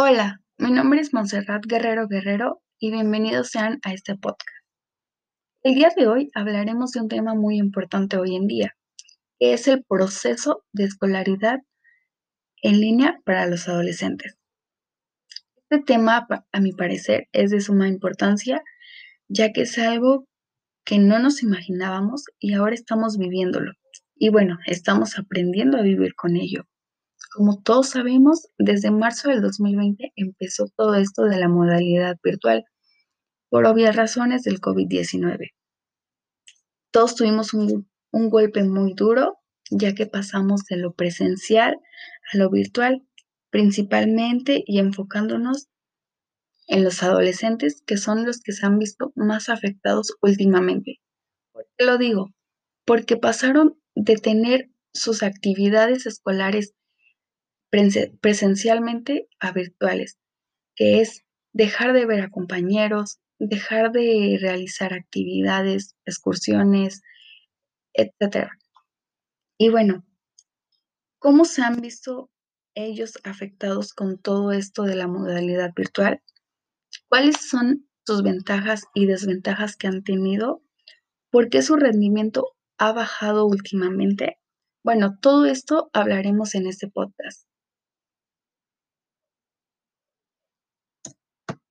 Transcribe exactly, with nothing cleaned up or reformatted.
Hola, mi nombre es Montserrat Guerrero Guerrero y bienvenidos sean a este podcast. El día de hoy hablaremos de un tema muy importante hoy en día, que es el proceso de escolaridad en línea para los adolescentes. Este tema, pa- a mi parecer, es de suma importancia, ya que es algo que no nos imaginábamos y ahora estamos viviéndolo. Y bueno, estamos aprendiendo a vivir con ello. Como todos sabemos, desde marzo del dos mil veinte empezó todo esto de la modalidad virtual por obvias razones del COVID diecinueve. Todos tuvimos un, un golpe muy duro, ya que pasamos de lo presencial a lo virtual, principalmente y enfocándonos en los adolescentes, que son los que se han visto más afectados últimamente. ¿Por qué lo digo? Porque pasaron de tener sus actividades escolares prese- presencialmente a virtuales, que es dejar de ver a compañeros, dejar de realizar actividades, excursiones, etcétera. Y bueno, ¿cómo se han visto ellos afectados con todo esto de la modalidad virtual? ¿Cuáles son sus ventajas y desventajas que han tenido? ¿Por qué su rendimiento ha bajado últimamente? Bueno, todo esto hablaremos en este podcast.